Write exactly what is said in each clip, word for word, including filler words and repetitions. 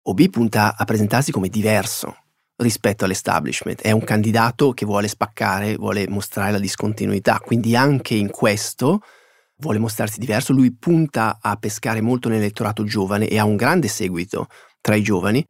O B punta a presentarsi come diverso rispetto all'establishment. È un candidato che vuole spaccare, vuole mostrare la discontinuità, quindi anche in questo vuole mostrarsi diverso. Lui punta a pescare molto nell'elettorato giovane e ha un grande seguito tra i giovani.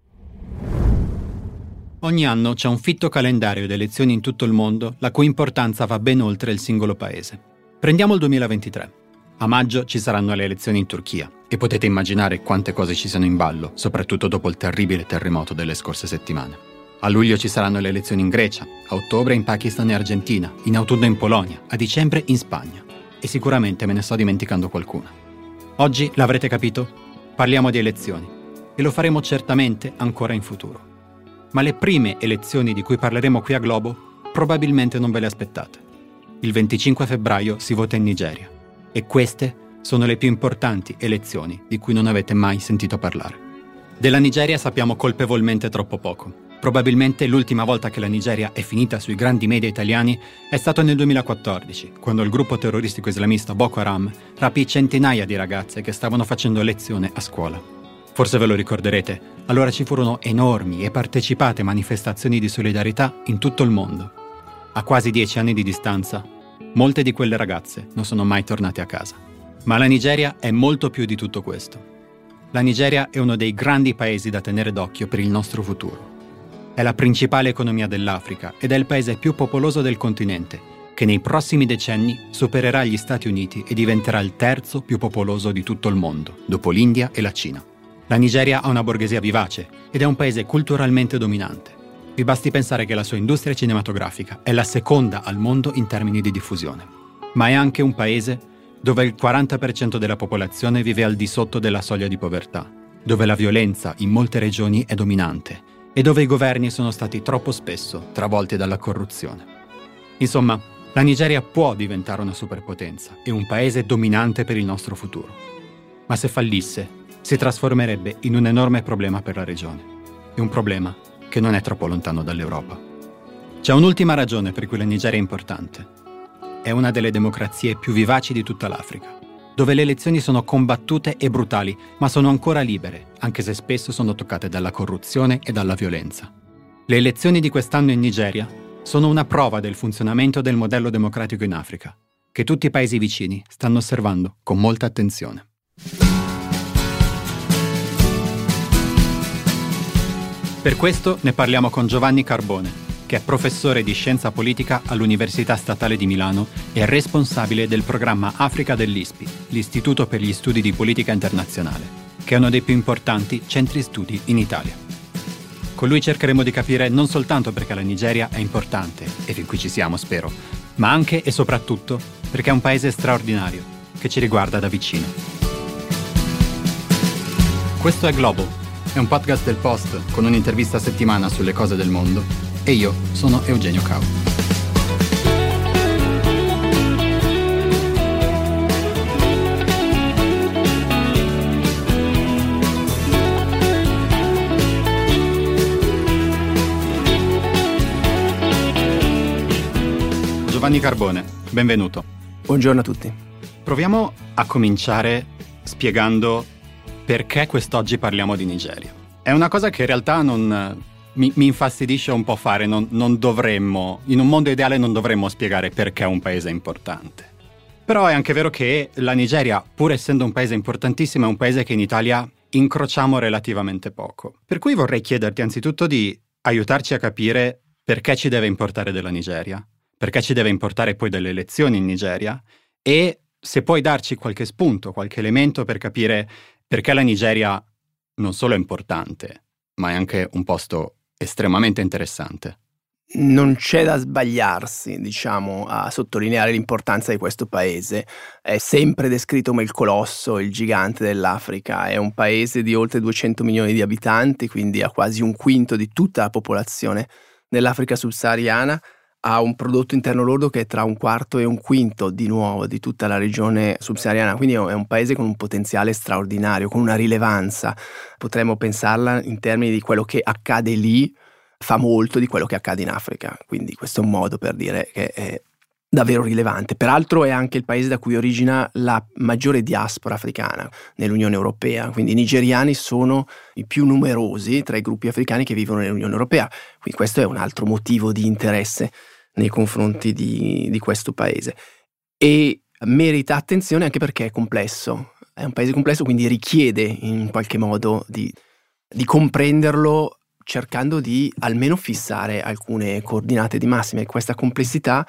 Ogni anno c'è un fitto calendario di elezioni in tutto il mondo, la cui importanza va ben oltre il singolo paese. Prendiamo il duemilaventitré. A maggio ci saranno le elezioni in Turchia e potete immaginare quante cose ci sono in ballo, soprattutto dopo il terribile terremoto delle scorse settimane. A luglio ci saranno le elezioni in Grecia, a ottobre in Pakistan e Argentina, in autunno in Polonia, a dicembre in Spagna. E sicuramente me ne sto dimenticando qualcuna. Oggi, l'avrete capito, parliamo di elezioni e lo faremo certamente ancora in futuro. Ma le prime elezioni di cui parleremo qui a Globo probabilmente non ve le aspettate. Il venticinque febbraio si vota in Nigeria e queste sono le più importanti elezioni di cui non avete mai sentito parlare. Della Nigeria sappiamo colpevolmente troppo poco. Probabilmente l'ultima volta che la Nigeria è finita sui grandi media italiani è stato nel duemilaquattordici, quando il gruppo terroristico islamista Boko Haram rapì centinaia di ragazze che stavano facendo lezione a scuola. Forse ve lo ricorderete, allora ci furono enormi e partecipate manifestazioni di solidarietà in tutto il mondo. A quasi dieci anni di distanza, molte di quelle ragazze non sono mai tornate a casa. Ma la Nigeria è molto più di tutto questo. La Nigeria è uno dei grandi paesi da tenere d'occhio per il nostro futuro. È la principale economia dell'Africa ed è il paese più popoloso del continente, che nei prossimi decenni supererà gli Stati Uniti e diventerà il terzo più popoloso di tutto il mondo, dopo l'India e la Cina. La Nigeria ha una borghesia vivace ed è un paese culturalmente dominante. Vi basti pensare che la sua industria cinematografica è la seconda al mondo in termini di diffusione. Ma è anche un paese dove il quaranta per cento della popolazione vive al di sotto della soglia di povertà, dove la violenza in molte regioni è dominante e dove i governi sono stati troppo spesso travolti dalla corruzione. Insomma, la Nigeria può diventare una superpotenza e un paese dominante per il nostro futuro. Ma se fallisse, si trasformerebbe in un enorme problema per la regione. È un problema che non è troppo lontano dall'Europa. C'è un'ultima ragione per cui la Nigeria è importante. È una delle democrazie più vivaci di tutta l'Africa, dove le elezioni sono combattute e brutali, ma sono ancora libere, anche se spesso sono toccate dalla corruzione e dalla violenza. Le elezioni di quest'anno in Nigeria sono una prova del funzionamento del modello democratico in Africa, che tutti i paesi vicini stanno osservando con molta attenzione. Per questo ne parliamo con Giovanni Carbone, che è professore di scienza politica all'Università Statale di Milano e responsabile del programma Africa dell'I S P I, l'Istituto per gli Studi di Politica Internazionale, che è uno dei più importanti centri studi in Italia. Con lui cercheremo di capire non soltanto perché la Nigeria è importante, e fin qui ci siamo, spero, ma anche e soprattutto perché è un paese straordinario, che ci riguarda da vicino. Questo è Globo, è un podcast del Post con un'intervista a settimana sulle cose del mondo. E io sono Eugenio Cau. Giovanni Carbone, benvenuto. Buongiorno a tutti. Proviamo a cominciare spiegando perché quest'oggi parliamo di Nigeria. È una cosa che in realtà non... Mi, mi infastidisce un po' fare, non, non dovremmo, in un mondo ideale non dovremmo spiegare perché un paese è importante. Però è anche vero che la Nigeria, pur essendo un paese importantissimo, è un paese che in Italia incrociamo relativamente poco. Per cui vorrei chiederti anzitutto di aiutarci a capire perché ci deve importare della Nigeria, perché ci deve importare poi delle elezioni in Nigeria e se puoi darci qualche spunto, qualche elemento per capire perché la Nigeria non solo è importante, ma è anche un posto estremamente interessante. Non c'è da sbagliarsi, diciamo, a sottolineare l'importanza di questo paese. È sempre descritto come il colosso, il gigante dell'Africa. È un paese di oltre duecento milioni di abitanti, quindi ha quasi un quinto di tutta la popolazione dell'Africa subsahariana. Ha un prodotto interno lordo che è tra un quarto e un quinto di nuovo di tutta la regione subsahariana, quindi è un paese con un potenziale straordinario, con una rilevanza. Potremmo pensarla in termini di quello che accade lì, fa molto di quello che accade in Africa, quindi questo è un modo per dire che è davvero rilevante. Peraltro è anche il paese da cui origina la maggiore diaspora africana nell'Unione Europea, quindi i nigeriani sono i più numerosi tra i gruppi africani che vivono nell'Unione Europea, quindi questo è un altro motivo di interesse nei confronti di, di questo paese. E merita attenzione anche perché è complesso, è un paese complesso, quindi richiede in qualche modo di, di comprenderlo, cercando di almeno fissare alcune coordinate di massima, e questa complessità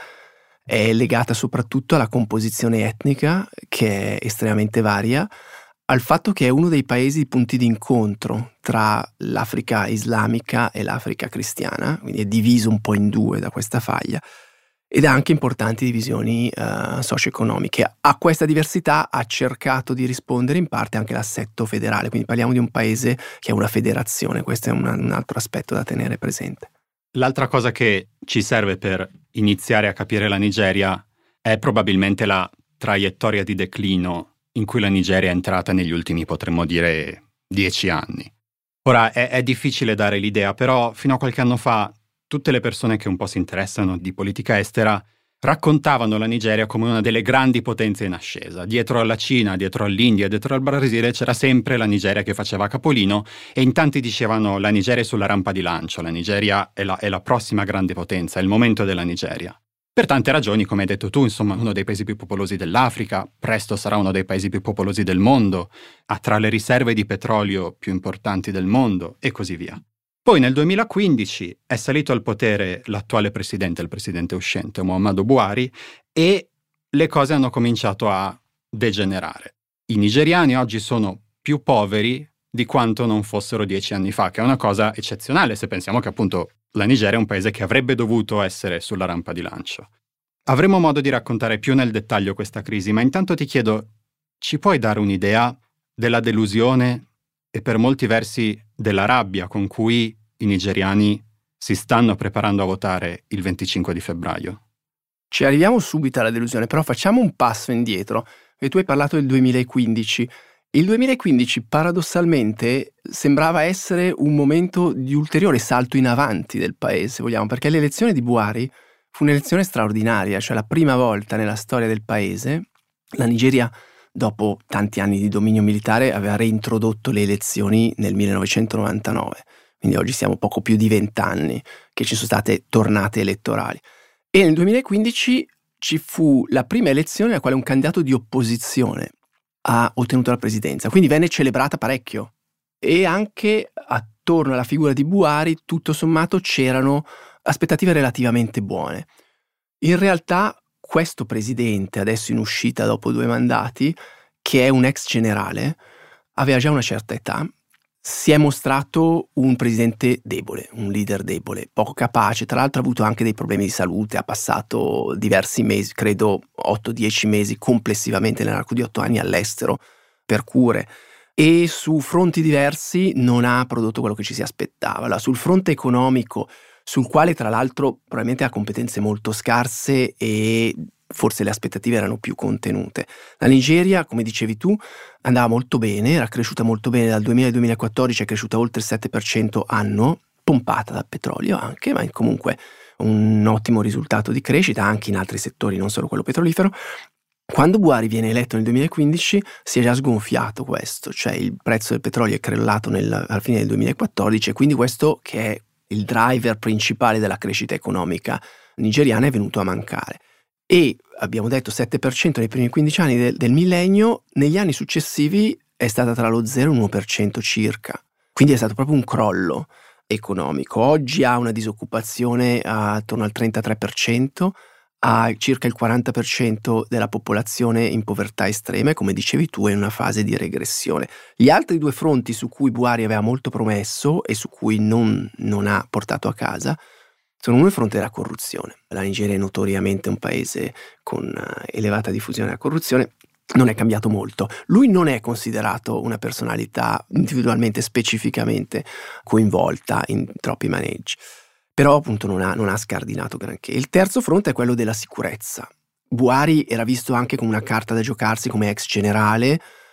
è legata soprattutto alla composizione etnica, che è estremamente varia, al fatto che è uno dei paesi di punti di incontro tra l'Africa islamica e l'Africa cristiana, quindi è diviso un po' in due da questa faglia, ed ha anche importanti divisioni uh, socio-economiche. A questa diversità ha cercato di rispondere in parte anche l'assetto federale, quindi parliamo di un paese che è una federazione, questo è un, un altro aspetto da tenere presente. L'altra cosa che ci serve per iniziare a capire la Nigeria è probabilmente la traiettoria di declino in cui la Nigeria è entrata negli ultimi, potremmo dire, dieci anni. Ora, è, è difficile dare l'idea, però fino a qualche anno fa tutte le persone che un po' si interessano di politica estera raccontavano la Nigeria come una delle grandi potenze in ascesa. Dietro alla Cina, dietro all'India, dietro al Brasile c'era sempre la Nigeria che faceva capolino, e in tanti dicevano la Nigeria è sulla rampa di lancio, la Nigeria è la, è la prossima grande potenza, è il momento della Nigeria. Per tante ragioni, come hai detto tu, insomma, uno dei paesi più popolosi dell'Africa, presto sarà uno dei paesi più popolosi del mondo, ha tra le riserve di petrolio più importanti del mondo e così via. Poi nel duemilaquindici è salito al potere l'attuale presidente, il presidente uscente, Muhammadu Buhari, e le cose hanno cominciato a degenerare. I nigeriani oggi sono più poveri di quanto non fossero dieci anni fa, che è una cosa eccezionale se pensiamo che appunto la Nigeria è un paese che avrebbe dovuto essere sulla rampa di lancio. Avremo modo di raccontare più nel dettaglio questa crisi, ma intanto ti chiedo, ci puoi dare un'idea della delusione e per molti versi della rabbia con cui i nigeriani si stanno preparando a votare il venticinque di febbraio? Ci arriviamo subito alla delusione, però facciamo un passo indietro, e tu hai parlato del duemilaquindici. Il duemilaquindici paradossalmente sembrava essere un momento di ulteriore salto in avanti del paese, se vogliamo, perché l'elezione di Buhari fu un'elezione straordinaria, cioè la prima volta nella storia del paese. La Nigeria, dopo tanti anni di dominio militare, aveva reintrodotto le elezioni nel millenovecentonovantanove, quindi oggi siamo poco più di vent'anni che ci sono state tornate elettorali. E nel duemilaquindici ci fu la prima elezione nella quale un candidato di opposizione ha ottenuto la presidenza, quindi venne celebrata parecchio. E anche attorno alla figura di Buhari, tutto sommato, c'erano aspettative relativamente buone. In realtà questo presidente, adesso in uscita dopo due mandati, che è un ex generale, aveva già una certa età, si è mostrato un presidente debole, un leader debole, poco capace, tra l'altro ha avuto anche dei problemi di salute, ha passato diversi mesi, credo otto dieci mesi complessivamente nell'arco di otto anni all'estero per cure, e su fronti diversi non ha prodotto quello che ci si aspettava. Allora, sul fronte economico, sul quale tra l'altro probabilmente ha competenze molto scarse e forse le aspettative erano più contenute. La Nigeria, come dicevi tu, andava molto bene, era cresciuta molto bene dal duemila al duemilaquattordici, è cresciuta oltre il sette per cento anno, pompata dal petrolio anche, ma comunque un ottimo risultato di crescita anche in altri settori, non solo quello petrolifero. Quando Buhari viene eletto nel duemilaquindici si è già sgonfiato questo, cioè il prezzo del petrolio è crollato nel, alla fine del duemilaquattordici, e quindi questo, che è il driver principale della crescita economica nigeriana, è venuto a mancare. E abbiamo detto sette per cento nei primi quindici anni del, del millennio, negli anni successivi è stata tra lo zero e l'uno per cento circa, quindi è stato proprio un crollo economico. Oggi ha una disoccupazione attorno al trentatré per cento, ha circa il quaranta per cento della popolazione in povertà estrema e, come dicevi tu, è in una fase di regressione. Gli altri due fronti su cui Buhari aveva molto promesso e su cui non, non ha portato a casa sono uno il fronte della corruzione. La Nigeria è notoriamente un paese con uh, elevata diffusione della corruzione, non è cambiato molto. Lui non è considerato una personalità individualmente, specificamente coinvolta in troppi maneggi, però appunto non ha, non ha scardinato granché. Il terzo fronte è quello della sicurezza. Buhari era visto anche come una carta da giocarsi come ex generale,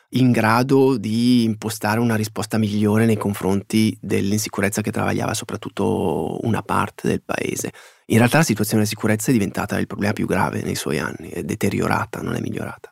in grado di impostare una risposta migliore nei confronti dell'insicurezza che travagliava soprattutto una parte del paese. In realtà la situazione della sicurezza è diventata il problema più grave nei suoi anni, è deteriorata, non è migliorata.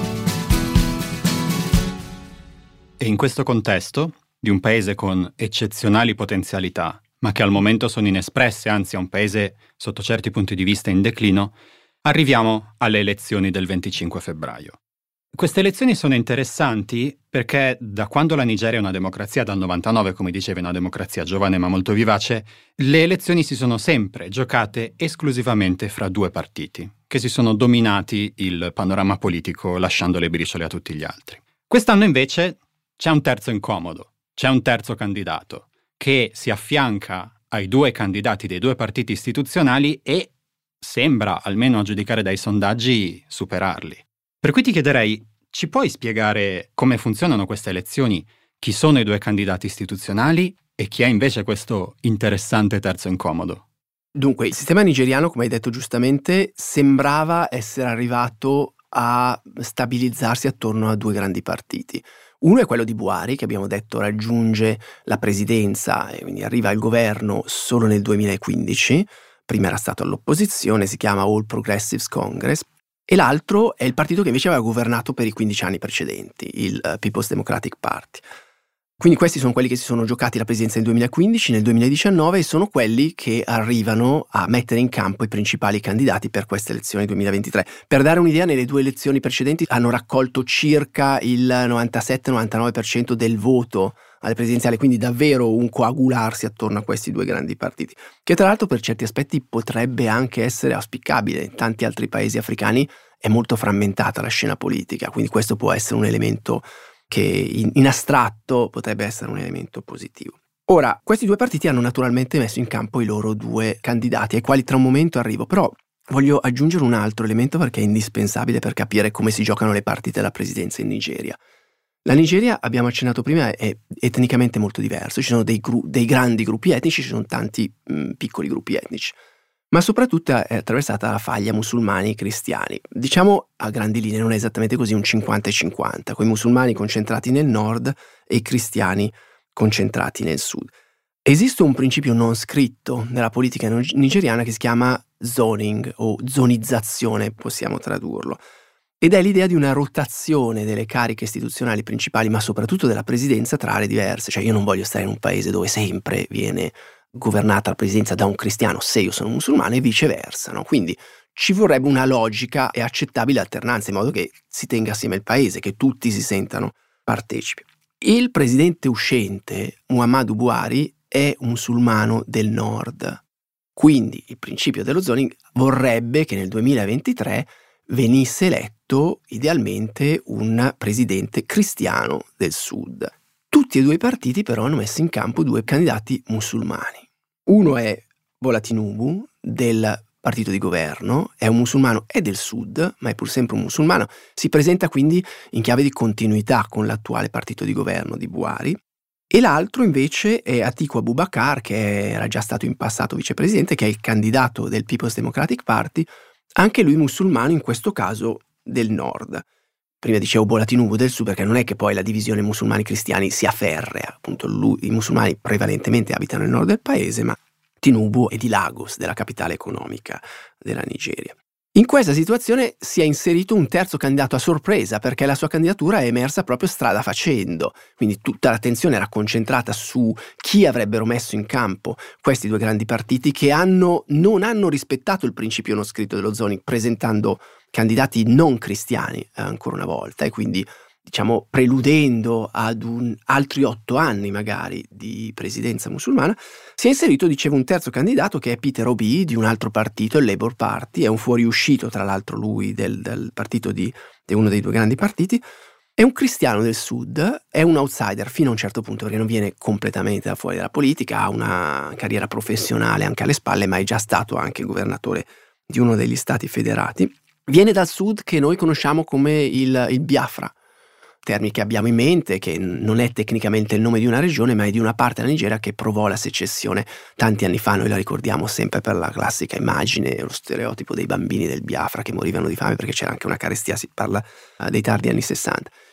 E in questo contesto, di un paese con eccezionali potenzialità, ma che al momento sono inespresse, anzi è un paese sotto certi punti di vista in declino, arriviamo alle elezioni del venticinque febbraio. Queste elezioni sono interessanti perché da quando la Nigeria è una democrazia, dal novantanove, come dicevi, una democrazia giovane ma molto vivace, le elezioni si sono sempre giocate esclusivamente fra due partiti, che si sono dominati il panorama politico lasciando le briciole a tutti gli altri. Quest'anno invece c'è un terzo incomodo, c'è un terzo candidato che si affianca ai due candidati dei due partiti istituzionali e sembra, almeno a giudicare dai sondaggi, superarli. Per cui ti chiederei, ci puoi spiegare come funzionano queste elezioni? Chi sono i due candidati istituzionali e chi è invece questo interessante terzo incomodo? Dunque, il sistema nigeriano, come hai detto giustamente, sembrava essere arrivato a stabilizzarsi attorno a due grandi partiti. Uno è quello di Buhari, che abbiamo detto raggiunge la presidenza e quindi arriva al governo solo nel duemilaquindici, prima era stato all'opposizione, si chiama All Progressives Congress, e l'altro è il partito che invece aveva governato per i quindici anni precedenti, il uh, People's Democratic Party. Quindi questi sono quelli che si sono giocati la presidenza nel duemilaquindici, nel duemiladiciannove e sono quelli che arrivano a mettere in campo i principali candidati per queste elezioni duemilaventitré. Per dare un'idea, nelle due elezioni precedenti hanno raccolto circa il novantasette novantanove per cento del voto alle presidenziali, quindi davvero un coagularsi attorno a questi due grandi partiti, che tra l'altro per certi aspetti potrebbe anche essere auspicabile. In tanti altri paesi africani è molto frammentata la scena politica, quindi questo può essere un elemento che in, in astratto potrebbe essere un elemento positivo. Ora, questi due partiti hanno naturalmente messo in campo i loro due candidati, ai quali tra un momento arrivo, però voglio aggiungere un altro elemento perché è indispensabile per capire come si giocano le partite della presidenza in Nigeria. La Nigeria, abbiamo accennato prima, è etnicamente molto diverso, ci sono dei, gru- dei grandi gruppi etnici, ci sono tanti mh, piccoli gruppi etnici, ma soprattutto è attraversata dalla faglia musulmani e cristiani. Diciamo a grandi linee non è esattamente così, un cinquanta e cinquanta, con i musulmani concentrati nel nord e i cristiani concentrati nel sud. Esiste un principio non scritto nella politica nigeriana che si chiama zoning o zonizzazione, possiamo tradurlo. Ed è l'idea di una rotazione delle cariche istituzionali principali, ma soprattutto della presidenza tra aree diverse. Cioè io non voglio stare in un paese dove sempre viene governata la presidenza da un cristiano se io sono musulmano e viceversa, no? Quindi ci vorrebbe una logica e accettabile alternanza in modo che si tenga assieme il paese, che tutti si sentano partecipi. Il presidente uscente, Muhammadu Buhari, è un musulmano del nord. Quindi il principio dello zoning vorrebbe che nel duemilaventitré venisse eletto idealmente un presidente cristiano del sud. Tutti e due i partiti però hanno messo in campo due candidati musulmani. Uno è Bola Tinubu del partito di governo, è un musulmano, è del sud, ma è pur sempre un musulmano, si presenta quindi in chiave di continuità con l'attuale partito di governo di Buhari. E l'altro invece è Atiku Abubakar, che era già stato in passato vicepresidente, che è il candidato del People's Democratic Party, anche lui musulmano, in questo caso del nord. Prima dicevo Bola Tinubu del sud perché non è che poi la divisione musulmani-cristiani sia ferrea, appunto lui, i musulmani prevalentemente abitano nel nord del paese, ma Tinubu è di Lagos, della capitale economica della Nigeria. In questa situazione si è inserito un terzo candidato a sorpresa perché la sua candidatura è emersa proprio strada facendo, quindi tutta l'attenzione era concentrata su chi avrebbero messo in campo questi due grandi partiti che hanno, non hanno rispettato il principio non scritto dello zoning, presentando candidati non cristiani eh, ancora una volta e quindi diciamo preludendo ad un altri otto anni magari di presidenza musulmana. Si è inserito, dicevo, un terzo candidato che è Peter Obi di un altro partito, il Labour Party, è un fuoriuscito tra l'altro lui del, del partito di, di uno dei due grandi partiti, è un cristiano del sud, è un outsider fino a un certo punto perché non viene completamente da fuori dalla politica, ha una carriera professionale anche alle spalle, ma è già stato anche governatore di uno degli stati federati. Viene dal sud che noi conosciamo come il, il Biafra, termini che abbiamo in mente, che non è tecnicamente il nome di una regione, ma è di una parte della Nigeria che provò la secessione tanti anni fa. Noi la ricordiamo sempre per la classica immagine, lo stereotipo dei bambini del Biafra che morivano di fame perché c'era anche una carestia, si parla uh, dei tardi anni sessanta.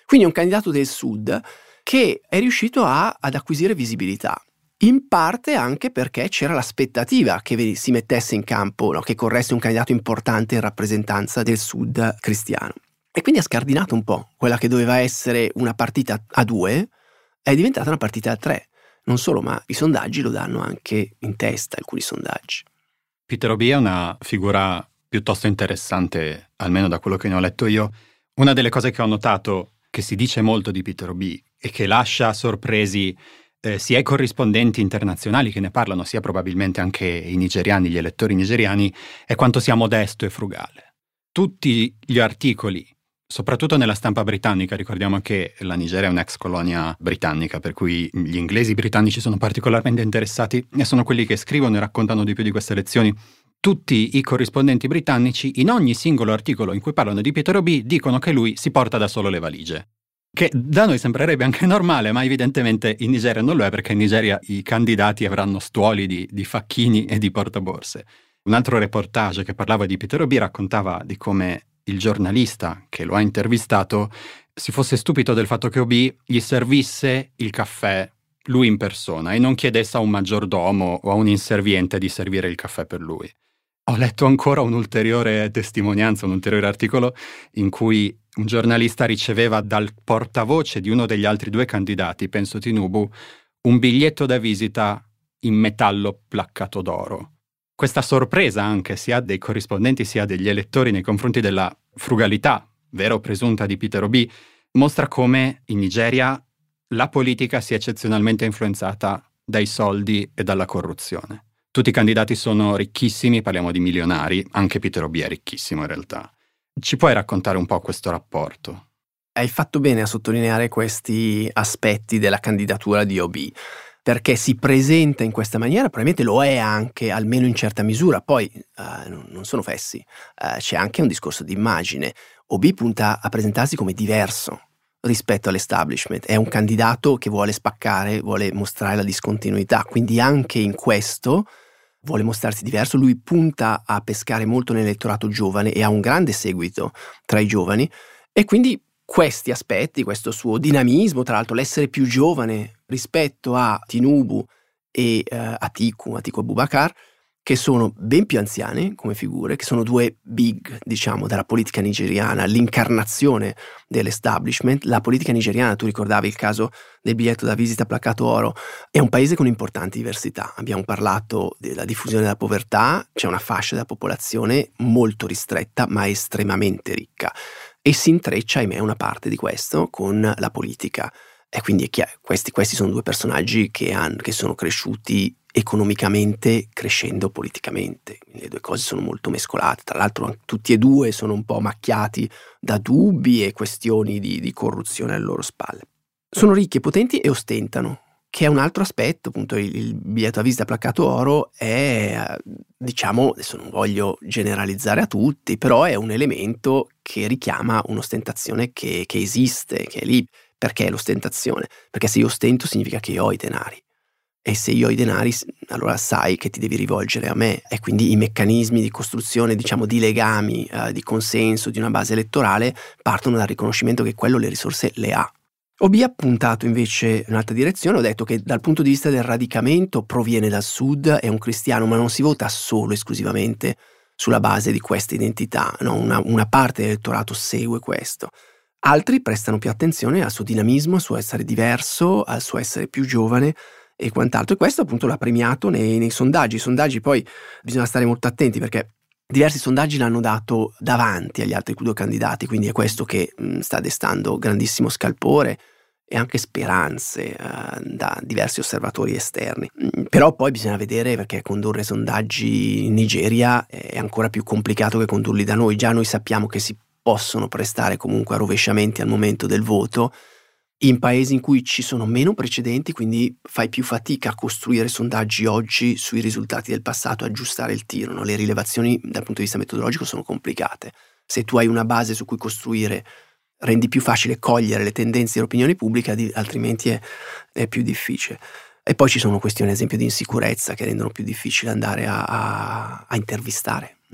Quindi è un candidato del Sud che è riuscito a, ad acquisire visibilità, in parte anche perché c'era l'aspettativa che si mettesse in campo, no, che corresse un candidato importante in rappresentanza del Sud cristiano. E quindi ha scardinato un po' quella che doveva essere una partita a due, è diventata una partita a tre. Non solo, ma i sondaggi lo danno anche in testa, alcuni sondaggi. Peter Obi è una figura piuttosto interessante, almeno da quello che ne ho letto io. Una delle cose che ho notato che si dice molto di Peter Obi e che lascia sorpresi eh, sia i corrispondenti internazionali che ne parlano, sia probabilmente anche i nigeriani, gli elettori nigeriani, è quanto sia modesto e frugale. Tutti gli articoli, soprattutto nella stampa britannica, ricordiamo che la Nigeria è un'ex colonia britannica, per cui gli inglesi britannici sono particolarmente interessati e sono quelli che scrivono e raccontano di più di queste elezioni. Tutti i corrispondenti britannici, in ogni singolo articolo in cui parlano di Peter Obi, dicono che lui si porta da solo le valigie. Che da noi sembrerebbe anche normale, ma evidentemente in Nigeria non lo è, perché in Nigeria i candidati avranno stuoli di, di facchini e di portaborse. Un altro reportage che parlava di Peter Obi raccontava di come il giornalista che lo ha intervistato si fosse stupito del fatto che Obi gli servisse il caffè lui in persona e non chiedesse a un maggiordomo o a un inserviente di servire il caffè per lui. Ho letto ancora un'ulteriore testimonianza, un ulteriore articolo in cui un giornalista riceveva dal portavoce di uno degli altri due candidati, penso Tinubu, un biglietto da visita in metallo placcato d'oro. Questa sorpresa anche sia dei corrispondenti sia degli elettori nei confronti della frugalità, vera o presunta, di Peter Obi, mostra come in Nigeria la politica sia eccezionalmente influenzata dai soldi e dalla corruzione. Tutti i candidati sono ricchissimi, parliamo di milionari, anche Peter Obi è ricchissimo in realtà. Ci puoi raccontare un po' questo rapporto? Hai fatto bene a sottolineare questi aspetti della candidatura di Obi, perché si presenta in questa maniera, probabilmente lo è anche, almeno in certa misura. Poi uh, non sono fessi, uh, c'è anche un discorso di immagine. Obi punta a presentarsi come diverso rispetto all'establishment, è un candidato che vuole spaccare, vuole mostrare la discontinuità, quindi anche in questo vuole mostrarsi diverso. Lui punta a pescare molto nell'elettorato giovane e ha un grande seguito tra i giovani, e quindi questi aspetti, questo suo dinamismo, tra l'altro l'essere più giovane rispetto a Tinubu e uh, Atiku, Atiku Abubakar, che sono ben più anziane come figure, che sono due big, diciamo, della politica nigeriana, l'incarnazione dell'establishment. La politica nigeriana, tu ricordavi il caso del biglietto da visita placcato oro, è un paese con importanti diversità. Abbiamo parlato della diffusione della povertà, c'è una fascia della popolazione molto ristretta ma estremamente ricca, e si intreccia, ahimè, una parte di questo con la politica. E quindi è chiaro, questi, questi sono due personaggi che, hanno, che sono cresciuti economicamente crescendo politicamente. Le due cose sono molto mescolate, tra l'altro tutti e due sono un po' macchiati da dubbi e questioni di, di corruzione alle loro spalle. Sono ricchi e potenti e ostentano, che è un altro aspetto. Appunto il, il biglietto a visita placcato oro è, diciamo, adesso non voglio generalizzare a tutti, però è un elemento che richiama un'ostentazione che, che esiste, che è lì. Perché l'ostentazione? Perché se io ostento significa che io ho i denari. E se io ho i denari, allora sai che ti devi rivolgere a me. E quindi i meccanismi di costruzione, diciamo, di legami, eh, di consenso, di una base elettorale partono dal riconoscimento che quello le risorse le ha. Obi ha puntato invece in un'altra direzione. Ho detto che dal punto di vista del radicamento proviene dal sud, è un cristiano, ma non si vota solo esclusivamente sulla base di questa identità, no? Una, una parte dell'elettorato segue questo. Altri prestano più attenzione al suo dinamismo, al suo essere diverso, al suo essere più giovane e quant'altro, e questo appunto l'ha premiato nei, nei sondaggi. I sondaggi poi bisogna stare molto attenti, perché diversi sondaggi l'hanno dato davanti agli altri due candidati, quindi è questo che mh, sta destando grandissimo scalpore e anche speranze eh, da diversi osservatori esterni. Mm, però poi bisogna vedere, perché condurre sondaggi in Nigeria è ancora più complicato che condurli da noi. Già noi sappiamo che si possono prestare comunque a rovesciamenti al momento del voto in paesi in cui ci sono meno precedenti, quindi fai più fatica a costruire sondaggi oggi sui risultati del passato, aggiustare il tiro, no? Le rilevazioni dal punto di vista metodologico sono complicate. Se tu hai una base su cui costruire, rendi più facile cogliere le tendenze dell'opinione pubblica, altrimenti è, è più difficile. E poi ci sono questioni, ad esempio, di insicurezza che rendono più difficile andare a, a, a intervistare,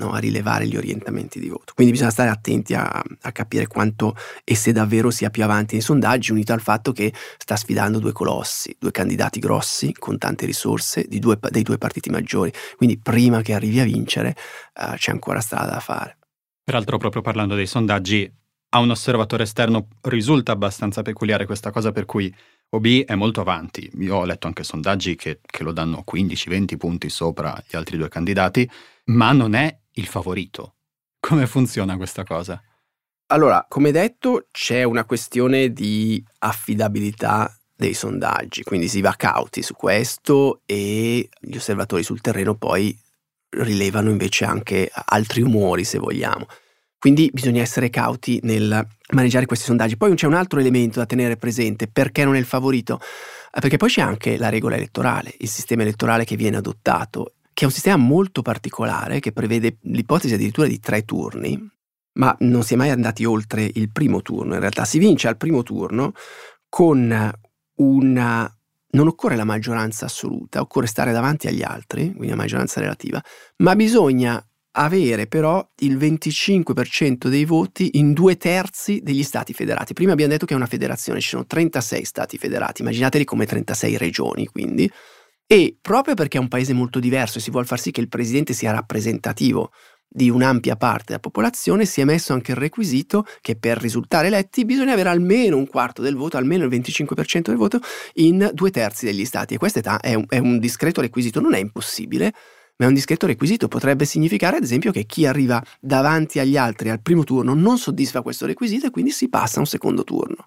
no? A rilevare gli orientamenti di voto. Quindi bisogna stare attenti a, a capire quanto e se davvero sia più avanti nei sondaggi, unito al fatto che sta sfidando due colossi, due candidati grossi con tante risorse di due, dei due partiti maggiori. Quindi prima che arrivi a vincere uh, c'è ancora strada da fare. Peraltro, proprio parlando dei sondaggi, a un osservatore esterno risulta abbastanza peculiare questa cosa, per cui O B è molto avanti. Io ho letto anche sondaggi che, che lo danno quindici venti punti sopra gli altri due candidati, ma non è il favorito. Come funziona questa cosa? Allora, come detto, c'è una questione di affidabilità dei sondaggi, quindi si va cauti su questo e gli osservatori sul terreno poi rilevano invece anche altri umori, se vogliamo. Quindi bisogna essere cauti nel maneggiare questi sondaggi. Poi c'è un altro elemento da tenere presente: perché non è il favorito? Perché poi c'è anche la regola elettorale, il sistema elettorale che viene adottato, che è un sistema molto particolare, che prevede l'ipotesi addirittura di tre turni, ma non si è mai andati oltre il primo turno. In realtà si vince al primo turno con una... non occorre la maggioranza assoluta, occorre stare davanti agli altri, quindi la maggioranza relativa, ma bisogna avere però il venticinque per cento dei voti in due terzi degli stati federati. Prima abbiamo detto che è una federazione, ci sono trentasei stati federati, immaginateli come trentasei regioni, quindi. E proprio perché è un paese molto diverso e si vuole far sì che il presidente sia rappresentativo di un'ampia parte della popolazione, si è messo anche il requisito che per risultare eletti bisogna avere almeno un quarto del voto, almeno il venticinque per cento del voto in due terzi degli stati. E questo è un, è un discreto requisito, non è impossibile, ma è un discreto requisito. Potrebbe significare ad esempio che chi arriva davanti agli altri al primo turno non soddisfa questo requisito e quindi si passa a un secondo turno.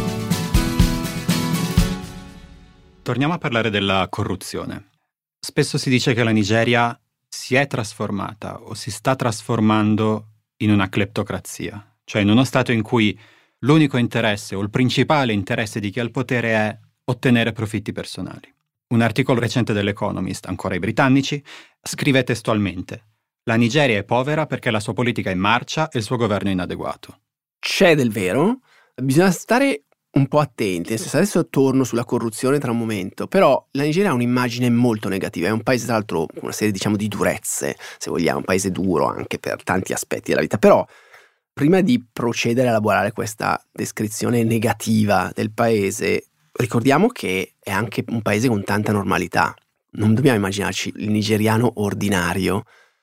Torniamo a parlare della corruzione. Spesso si dice che la Nigeria si è trasformata o si sta trasformando in una cleptocrazia, cioè in uno stato in cui l'unico interesse o il principale interesse di chi ha il potere è ottenere profitti personali. Un articolo recente dell'Economist, ancora i britannici, scrive testualmente: la Nigeria è povera perché la sua politica è in marcia e il suo governo è inadeguato. C'è del vero, bisogna stare un po' attenti, nel senso, adesso torno sulla corruzione tra un momento, però la Nigeria ha un'immagine molto negativa, è un paese tra l'altro con una serie diciamo di durezze, se vogliamo, un paese duro anche per tanti aspetti della vita, però prima di procedere a elaborare questa descrizione negativa del paese, ricordiamo che è anche un paese con tanta normalità. Non dobbiamo immaginarci il nigeriano ordinario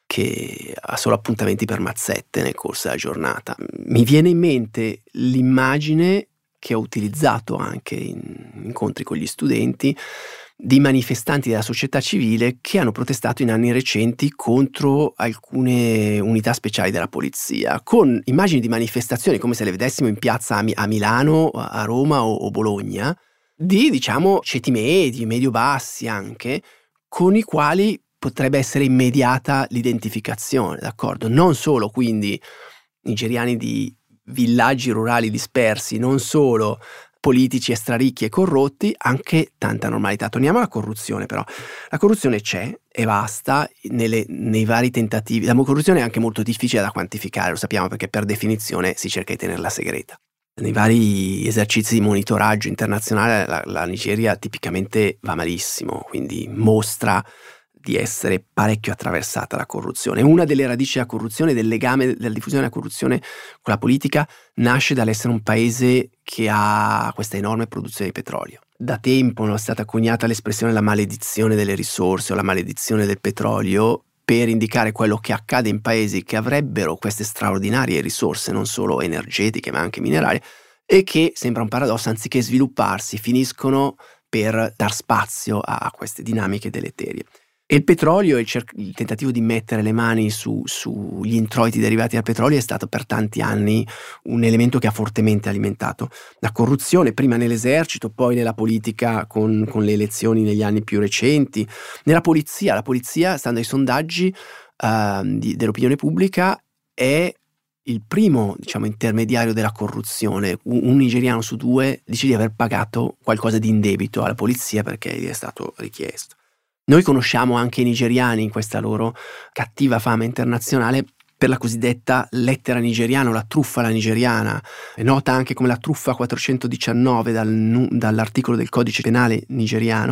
che ha solo appuntamenti per mazzette nel corso della giornata. Mi viene in mente l'immagine che ho utilizzato anche in incontri con gli studenti di manifestanti della società civile che hanno protestato in anni recenti contro alcune unità speciali della polizia, con immagini di manifestazioni come se le vedessimo in piazza a, Mi- a Milano, a Roma o, o Bologna, di diciamo ceti medi, medio-bassi anche, con i quali potrebbe essere immediata l'identificazione, d'accordo? Non solo quindi nigeriani di villaggi rurali dispersi, non solo politici extraricchi e corrotti, anche tanta normalità. Torniamo alla corruzione però. La corruzione c'è e basta nelle, nei vari tentativi. La corruzione è anche molto difficile da quantificare, lo sappiamo, perché per definizione si cerca di tenerla segreta. Nei vari esercizi di monitoraggio internazionale la, la Nigeria tipicamente va malissimo, quindi mostra di essere parecchio attraversata la corruzione. Una delle radici della corruzione, del legame della diffusione della corruzione con la politica, nasce dall'essere un paese che ha questa enorme produzione di petrolio. Da tempo non è stata coniata l'espressione la maledizione delle risorse o la maledizione del petrolio per indicare quello che accade in paesi che avrebbero queste straordinarie risorse, non solo energetiche ma anche minerarie, e che, sembra un paradosso, anziché svilupparsi finiscono per dar spazio a queste dinamiche deleterie. E il petrolio e il, cer- il tentativo di mettere le mani su, sugli introiti derivati dal petrolio è stato per tanti anni un elemento che ha fortemente alimentato la corruzione, prima nell'esercito, poi nella politica con, con le elezioni negli anni più recenti, nella polizia. La polizia, stando ai sondaggi uh, di, dell'opinione pubblica, è il primo, diciamo, intermediario della corruzione. Un, un nigeriano su due dice di aver pagato qualcosa di indebito alla polizia perché gli è stato richiesto. Noi conosciamo anche i nigeriani in questa loro cattiva fama internazionale per la cosiddetta lettera nigeriana o la truffa alla nigeriana, è nota anche come la truffa quattrocentodiciannove dal, dall'articolo del codice penale nigeriano,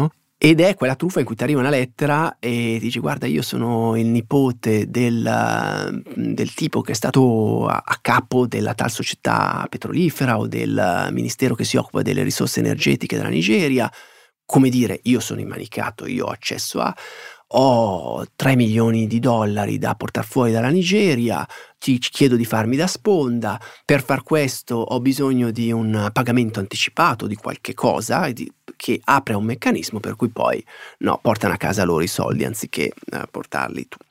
Ed è quella truffa in cui ti arriva una lettera e dici: guarda, io sono il nipote del, del tipo che è stato a, a capo della tal società petrolifera o del ministero che si occupa delle risorse energetiche della Nigeria. Come dire, io sono immanicato, io ho accesso a... ho tre milioni di dollari da portare fuori dalla Nigeria, ti chiedo di farmi da sponda, per far questo ho bisogno di un pagamento anticipato di qualche cosa di, che apre un meccanismo per cui poi no, portano a casa loro i soldi anziché eh, portarli tu.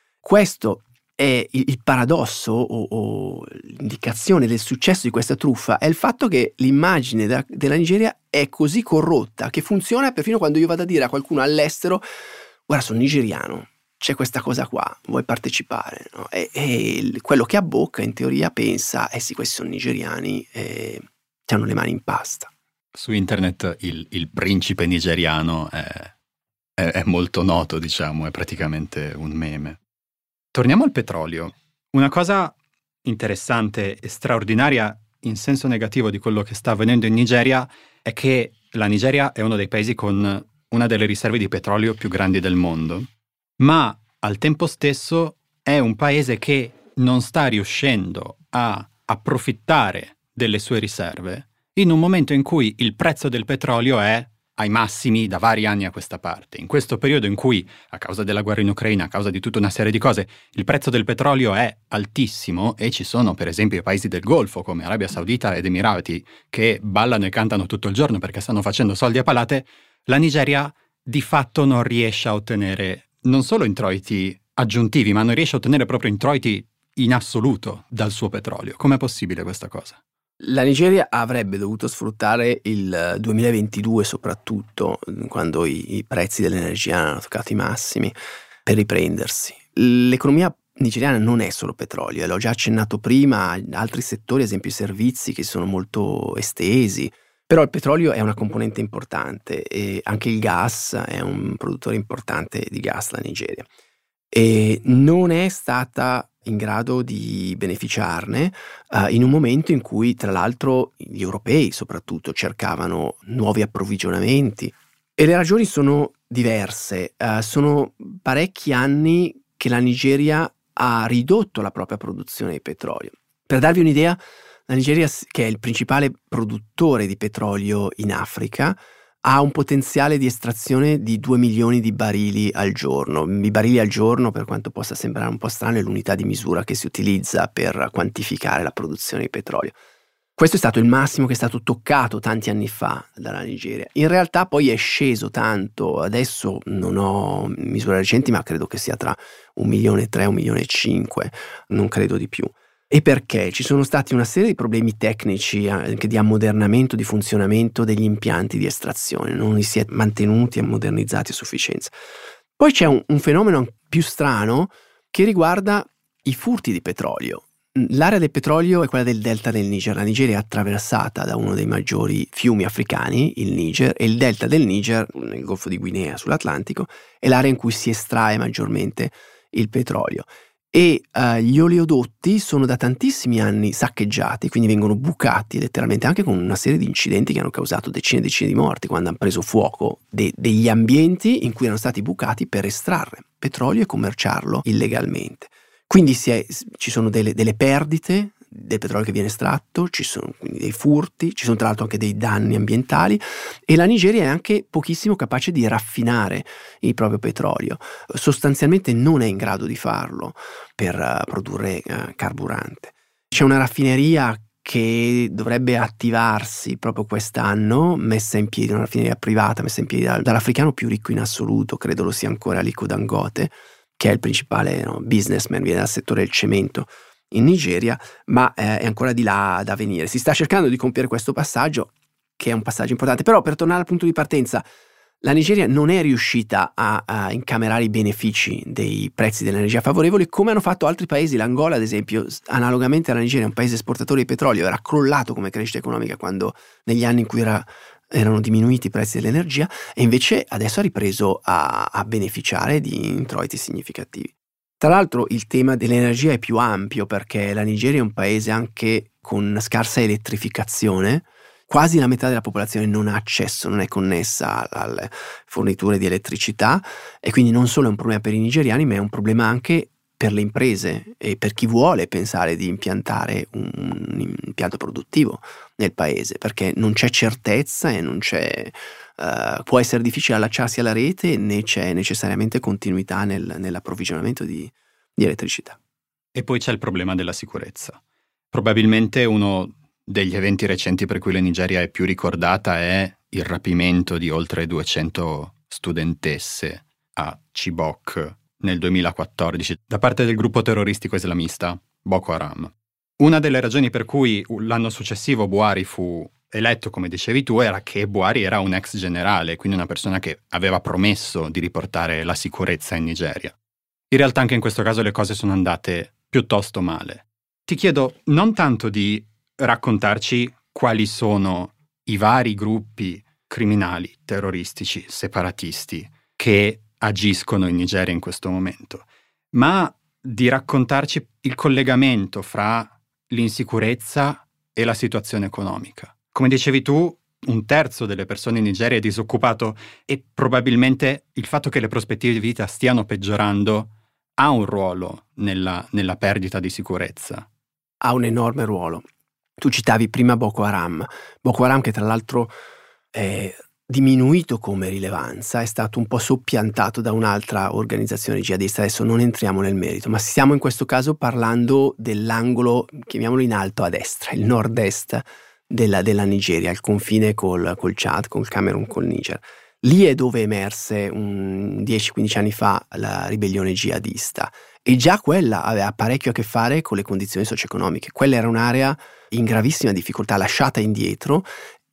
Questo è il, il paradosso o, o l'indicazione del successo di questa truffa, è il fatto che l'immagine da, della Nigeria è così corrotta che funziona perfino quando io vado a dire a qualcuno all'estero: guarda, sono nigeriano, c'è questa cosa qua, vuoi partecipare? No? E, e quello che abbocca in teoria pensa: eh sì, questi sono nigeriani e hanno le mani in pasta. Su internet il, il principe nigeriano è, è, è molto noto, diciamo, è praticamente un meme. Torniamo al petrolio. Una cosa interessante e straordinaria in senso negativo di quello che sta avvenendo in Nigeria è che la Nigeria è uno dei paesi con una delle riserve di petrolio più grandi del mondo, ma al tempo stesso è un paese che non sta riuscendo a approfittare delle sue riserve in un momento in cui il prezzo del petrolio è ai massimi da vari anni a questa parte. In questo periodo in cui, a causa della guerra in Ucraina, a causa di tutta una serie di cose, il prezzo del petrolio è altissimo e ci sono per esempio i paesi del Golfo come Arabia Saudita ed Emirati che ballano e cantano tutto il giorno perché stanno facendo soldi a palate, la Nigeria di fatto non riesce a ottenere non solo introiti aggiuntivi, ma non riesce a ottenere proprio introiti in assoluto dal suo petrolio. Com'è possibile questa cosa? La Nigeria avrebbe dovuto sfruttare il duemilaventidue soprattutto, quando i, i prezzi dell'energia hanno toccato i massimi, per riprendersi. L'economia nigeriana non è solo petrolio, l'ho già accennato prima, altri settori, ad esempio i servizi, che sono molto estesi, però il petrolio è una componente importante e anche il gas è un produttore importante di gas, la Nigeria. E non è stata in grado di beneficiarne uh, in un momento in cui, tra l'altro, gli europei soprattutto cercavano nuovi approvvigionamenti. E le ragioni sono diverse. Uh, sono parecchi anni che la Nigeria ha ridotto la propria produzione di petrolio. Per darvi un'idea, la Nigeria, che è il principale produttore di petrolio in Africa, ha un potenziale di estrazione di due milioni di barili al giorno. I barili al giorno, per quanto possa sembrare un po' strano, è l'unità di misura che si utilizza per quantificare la produzione di petrolio. Questo è stato il massimo che è stato toccato tanti anni fa dalla Nigeria. In realtà poi è sceso tanto, adesso non ho misure recenti, ma credo che sia tra un milione e tre, un milione e cinque, non credo di più. E perché? Ci sono stati una serie di problemi tecnici, anche di ammodernamento, di funzionamento degli impianti di estrazione, non li si è mantenuti e modernizzati a sufficienza. Poi c'è un, un fenomeno più strano che riguarda i furti di petrolio. L'area del petrolio è quella del delta del Niger. La Nigeria è attraversata da uno dei maggiori fiumi africani, il Niger, e il delta del Niger, nel Golfo di Guinea sull'Atlantico, è l'area in cui si estrae maggiormente il petrolio. E uh, gli oleodotti sono da tantissimi anni saccheggiati, quindi vengono bucati letteralmente, anche con una serie di incidenti che hanno causato decine e decine di morti quando hanno preso fuoco de- degli ambienti in cui erano stati bucati per estrarre petrolio e commerciarlo illegalmente. Quindi si è, ci sono delle, delle perdite del petrolio che viene estratto, ci sono quindi dei furti, ci sono tra l'altro anche dei danni ambientali e la Nigeria è anche pochissimo capace di raffinare il proprio petrolio, sostanzialmente non è in grado di farlo per uh, produrre uh, carburante. C'è una raffineria che dovrebbe attivarsi proprio quest'anno, messa in piedi, una raffineria privata messa in piedi dall'africano più ricco in assoluto, credo lo sia ancora Aliko Dangote, che è il principale no, businessman, viene dal settore del cemento in Nigeria, ma eh, è ancora di là da venire. Si sta cercando di compiere questo passaggio, che è un passaggio importante, però per tornare al punto di partenza, la Nigeria non è riuscita a, a incamerare i benefici dei prezzi dell'energia favorevoli come hanno fatto altri paesi. L'Angola, ad esempio, analogamente alla Nigeria, è un paese esportatore di petrolio, era crollato come crescita economica quando negli anni in cui era, erano diminuiti i prezzi dell'energia, e invece adesso ha ripreso a, a beneficiare di introiti significativi. Tra l'altro il tema dell'energia è più ampio perché la Nigeria è un paese anche con scarsa elettrificazione, quasi la metà della popolazione non ha accesso, non è connessa alle forniture di elettricità, e quindi non solo è un problema per i nigeriani, ma è un problema anche per le imprese e per chi vuole pensare di impiantare un, un impianto produttivo nel paese, perché non c'è certezza e non c'è uh, può essere difficile allacciarsi alla rete, né c'è necessariamente continuità nel, nell'approvvigionamento di, di elettricità. E poi c'è il problema della sicurezza. Probabilmente uno degli eventi recenti per cui la Nigeria è più ricordata è il rapimento di oltre duecento studentesse a Chibok nel duemilaquattordici da parte del gruppo terroristico islamista Boko Haram. Una delle ragioni per cui l'anno successivo Buhari fu eletto, come dicevi tu, era che Buhari era un ex generale, quindi una persona che aveva promesso di riportare la sicurezza in Nigeria. In realtà anche in questo caso le cose sono andate piuttosto male. Ti chiedo non tanto di raccontarci quali sono i vari gruppi criminali, terroristici, separatisti che agiscono in Nigeria in questo momento, ma di raccontarci il collegamento fra l'insicurezza e la situazione economica. Come dicevi tu, un terzo delle persone in Nigeria è disoccupato e probabilmente il fatto che le prospettive di vita stiano peggiorando ha un ruolo nella, nella perdita di sicurezza. Ha un enorme ruolo. Tu citavi prima Boko Haram. Boko Haram, che tra l'altro è diminuito come rilevanza, è stato un po' soppiantato da un'altra organizzazione jihadista. Adesso non entriamo nel merito, ma stiamo in questo caso parlando dell'angolo, chiamiamolo in alto a destra, il nord-est della, della Nigeria, il confine col, col Chad, col Camerun, col Niger. Lì è dove emerse un dieci quindici anni fa la ribellione jihadista, e già quella aveva parecchio a che fare con le condizioni socio-economiche. Quella era un'area in gravissima difficoltà, lasciata indietro,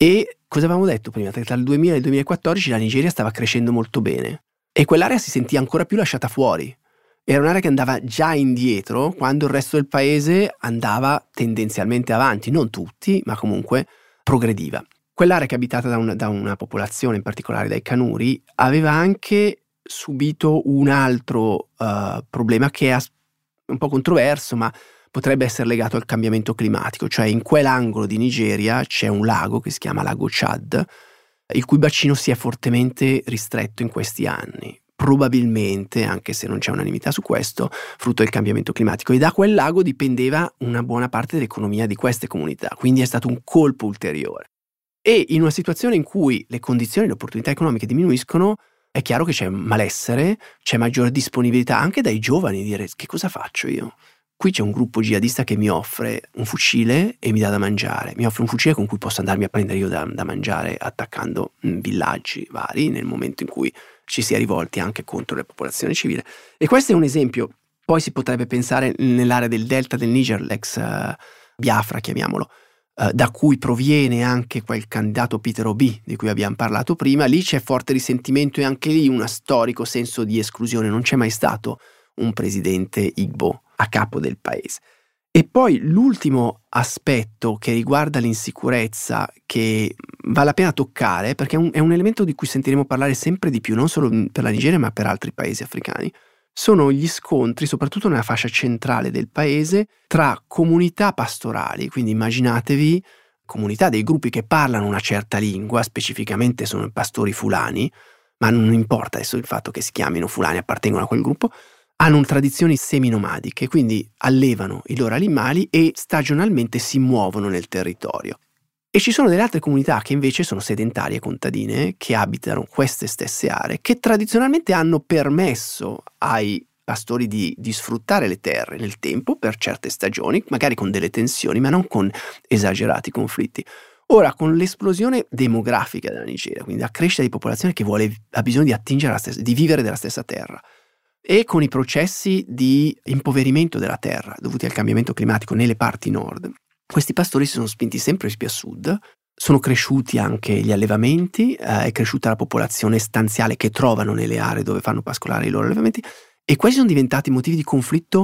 e cosa avevamo detto prima? Tra il duemila e il duemilaquattordici la Nigeria stava crescendo molto bene e quell'area si sentiva ancora più lasciata fuori. Era un'area che andava già indietro quando il resto del paese andava tendenzialmente avanti, non tutti, ma comunque progrediva. Quell'area, che è abitata da una, da una popolazione, in particolare dai Kanuri, aveva anche subito un altro uh, problema che è un po' controverso, ma potrebbe essere legato al cambiamento climatico. Cioè, in quell'angolo di Nigeria c'è un lago che si chiama Lago Chad, il cui bacino si è fortemente ristretto in questi anni. Probabilmente, anche se non c'è unanimità su questo, frutto del cambiamento climatico. E da quel lago dipendeva una buona parte dell'economia di queste comunità, quindi è stato un colpo ulteriore. E in una situazione in cui le condizioni e le opportunità economiche diminuiscono, è chiaro che c'è malessere, c'è maggiore disponibilità anche dai giovani di dire: che cosa faccio io? Qui c'è un gruppo jihadista che mi offre un fucile e mi dà da mangiare, mi offre un fucile con cui posso andarmi a prendere io da, da mangiare attaccando mh, villaggi vari nel momento in cui ci si è rivolti anche contro la popolazione civile. E questo è un esempio. Poi si potrebbe pensare nell'area del delta del Niger, l'ex uh, Biafra, chiamiamolo, Uh, da cui proviene anche quel candidato Peter Obi di cui abbiamo parlato prima. Lì c'è forte risentimento e anche lì un storico senso di esclusione. Non c'è mai stato un presidente Igbo a capo del paese. E poi l'ultimo aspetto che riguarda l'insicurezza, che vale la pena toccare perché è un, è un elemento di cui sentiremo parlare sempre di più, non solo per la Nigeria ma per altri paesi africani, sono gli scontri, soprattutto nella fascia centrale del paese, tra comunità pastorali, quindi immaginatevi comunità dei gruppi che parlano una certa lingua, specificamente sono i pastori fulani, ma non importa adesso il fatto che si chiamino fulani, appartengono a quel gruppo, hanno tradizioni seminomadiche, quindi allevano i loro animali e stagionalmente si muovono nel territorio. E ci sono delle altre comunità che invece sono sedentarie contadine, che abitano queste stesse aree, che tradizionalmente hanno permesso ai pastori di, di sfruttare le terre nel tempo per certe stagioni, magari con delle tensioni, ma non con esagerati conflitti. Ora, con l'esplosione demografica della Nigeria, quindi la crescita di popolazione che vuole, ha bisogno di attingere la stessa, di vivere della stessa terra, e con i processi di impoverimento della terra dovuti al cambiamento climatico nelle parti nord, questi pastori si sono spinti sempre più a sud, sono cresciuti anche gli allevamenti, eh, è cresciuta la popolazione stanziale che trovano nelle aree dove fanno pascolare i loro allevamenti, e questi sono diventati motivi di conflitto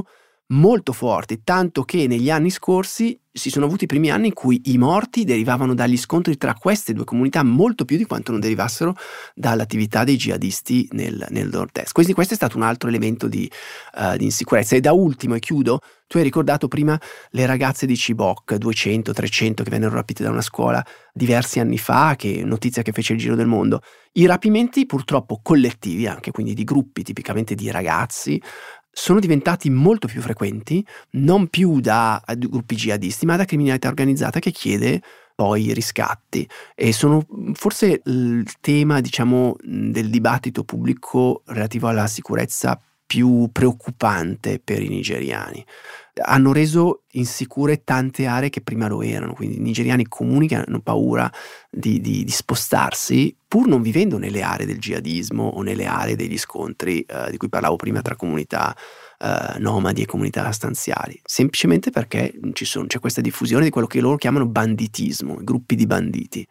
molto forti, tanto che negli anni scorsi si sono avuti i primi anni in cui i morti derivavano dagli scontri tra queste due comunità molto più di quanto non derivassero dall'attività dei jihadisti nel, nel nord-est. Quindi questo è stato un altro elemento di, uh, di insicurezza. E da ultimo, e chiudo, tu hai ricordato prima le ragazze di Chibok, duecento trecento che vennero rapite da una scuola diversi anni fa, che notizia che fece il giro del mondo. I rapimenti purtroppo collettivi, anche quindi di gruppi tipicamente di ragazzi, sono diventati molto più frequenti, non più da gruppi jihadisti, ma da criminalità organizzata che chiede poi riscatti. E sono forse il tema, diciamo, del dibattito pubblico relativo alla sicurezza più preoccupante per i nigeriani. Hanno reso insicure tante aree che prima lo erano, quindi i nigeriani comuni che hanno paura di, di, di spostarsi pur non vivendo nelle aree del jihadismo o nelle aree degli scontri eh, di cui parlavo prima tra comunità eh, nomadi e comunità stanziali, semplicemente perché ci sono, c'è questa diffusione di quello che loro chiamano banditismo, gruppi di banditi.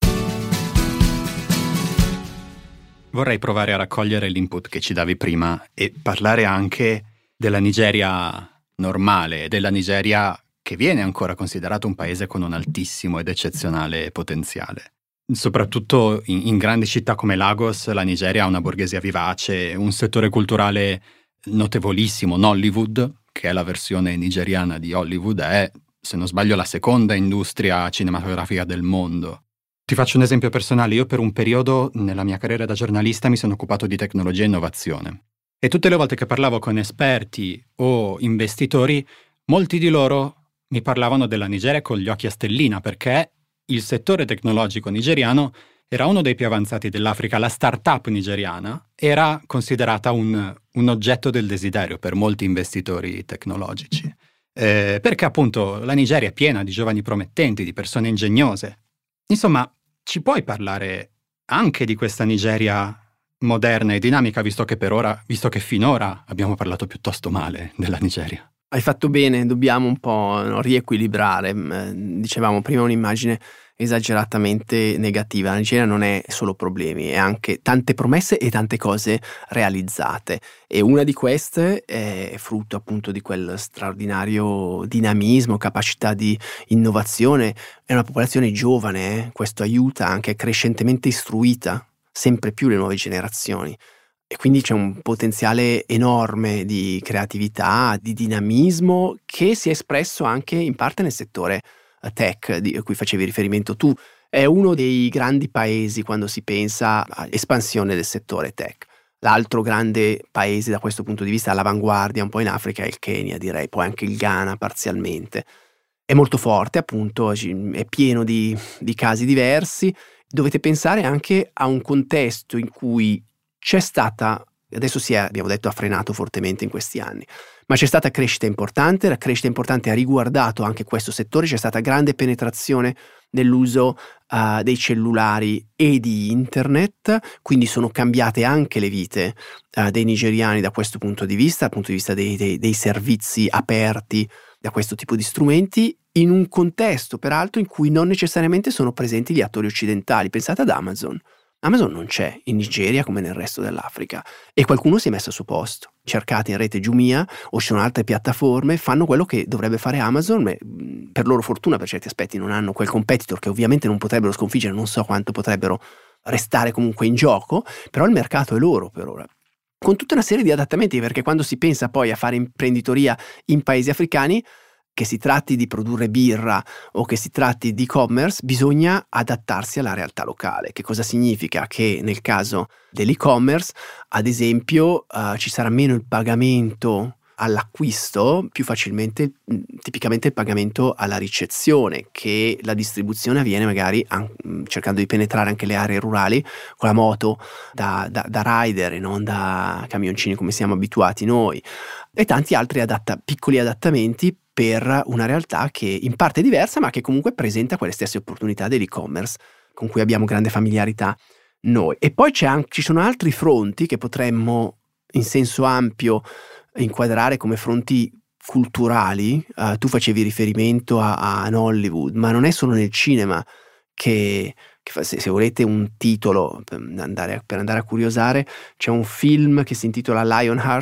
Vorrei provare a raccogliere l'input che ci davi prima e parlare anche della Nigeria normale, della Nigeria che viene ancora considerato un paese con un altissimo ed eccezionale potenziale. Soprattutto in, in grandi città come Lagos, la Nigeria ha una borghesia vivace, un settore culturale notevolissimo. Nollywood, che è la versione nigeriana di Hollywood, è, se non sbaglio, la seconda industria cinematografica del mondo. Ti faccio un esempio personale. Io per un periodo nella mia carriera da giornalista mi sono occupato di tecnologia e innovazione. E tutte le volte che parlavo con esperti o investitori, molti di loro mi parlavano della Nigeria con gli occhi a stellina, perché il settore tecnologico nigeriano era uno dei più avanzati dell'Africa. La startup nigeriana era considerata un, un oggetto del desiderio per molti investitori tecnologici. Eh, perché appunto la Nigeria è piena di giovani promettenti, di persone ingegnose. Insomma, ci puoi parlare anche di questa Nigeria moderna e dinamica, visto che per ora, visto che finora abbiamo parlato piuttosto male della Nigeria? Hai fatto bene, dobbiamo un po' no, riequilibrare. Dicevamo prima un'immagine esageratamente negativa. La Nigeria non è solo problemi, è anche tante promesse e tante cose realizzate. E una di queste è frutto appunto di quel straordinario dinamismo, capacità di innovazione. È una popolazione giovane, eh? Questo aiuta, anche crescentemente istruita, sempre più le nuove generazioni. E quindi c'è un potenziale enorme di creatività, di dinamismo che si è espresso anche in parte nel settore tech di cui facevi riferimento tu. È uno dei grandi paesi quando si pensa all'espansione del settore tech. L'altro grande paese da questo punto di vista all'avanguardia un po' in Africa è il Kenya, direi, poi anche il Ghana parzialmente. È molto forte, appunto, è pieno di, di casi diversi. Dovete pensare anche a un contesto in cui c'è stata, adesso si è, abbiamo detto, ha frenato fortemente in questi anni, ma c'è stata crescita importante, la crescita importante ha riguardato anche questo settore, c'è stata grande penetrazione nell'uso uh, dei cellulari e di internet, quindi sono cambiate anche le vite uh, dei nigeriani da questo punto di vista, dal punto di vista dei, dei, dei servizi aperti da questo tipo di strumenti, in un contesto peraltro in cui non necessariamente sono presenti gli attori occidentali. Pensate ad Amazon. Amazon non c'è in Nigeria come nel resto dell'Africa e qualcuno si è messo al suo posto. Cercate in rete Jumia o ci sono altre piattaforme, fanno quello che dovrebbe fare Amazon, ma per loro fortuna per certi aspetti non hanno quel competitor che ovviamente non potrebbero sconfiggere, non so quanto potrebbero restare comunque in gioco, però il mercato è loro per ora. Con tutta una serie di adattamenti, perché quando si pensa poi a fare imprenditoria in paesi africani, che si tratti di produrre birra o che si tratti di e-commerce, bisogna adattarsi alla realtà locale. Che cosa significa? Che nel caso dell'e-commerce, ad esempio, uh, ci sarà meno il pagamento all'acquisto, più facilmente tipicamente il pagamento alla ricezione, che la distribuzione avviene magari an- cercando di penetrare anche le aree rurali con la moto da, da, da rider e non da camioncini come siamo abituati noi, e tanti altri adatta- piccoli adattamenti per una realtà che in parte è diversa ma che comunque presenta quelle stesse opportunità dell'e-commerce con cui abbiamo grande familiarità noi. E poi c'è anche, ci sono altri fronti che potremmo in senso ampio inquadrare come fronti culturali. Uh, tu facevi riferimento a, a Nollywood, ma non è solo nel cinema che, che fa, se, se volete un titolo per andare, per andare a curiosare, c'è un film che si intitola Lionheart,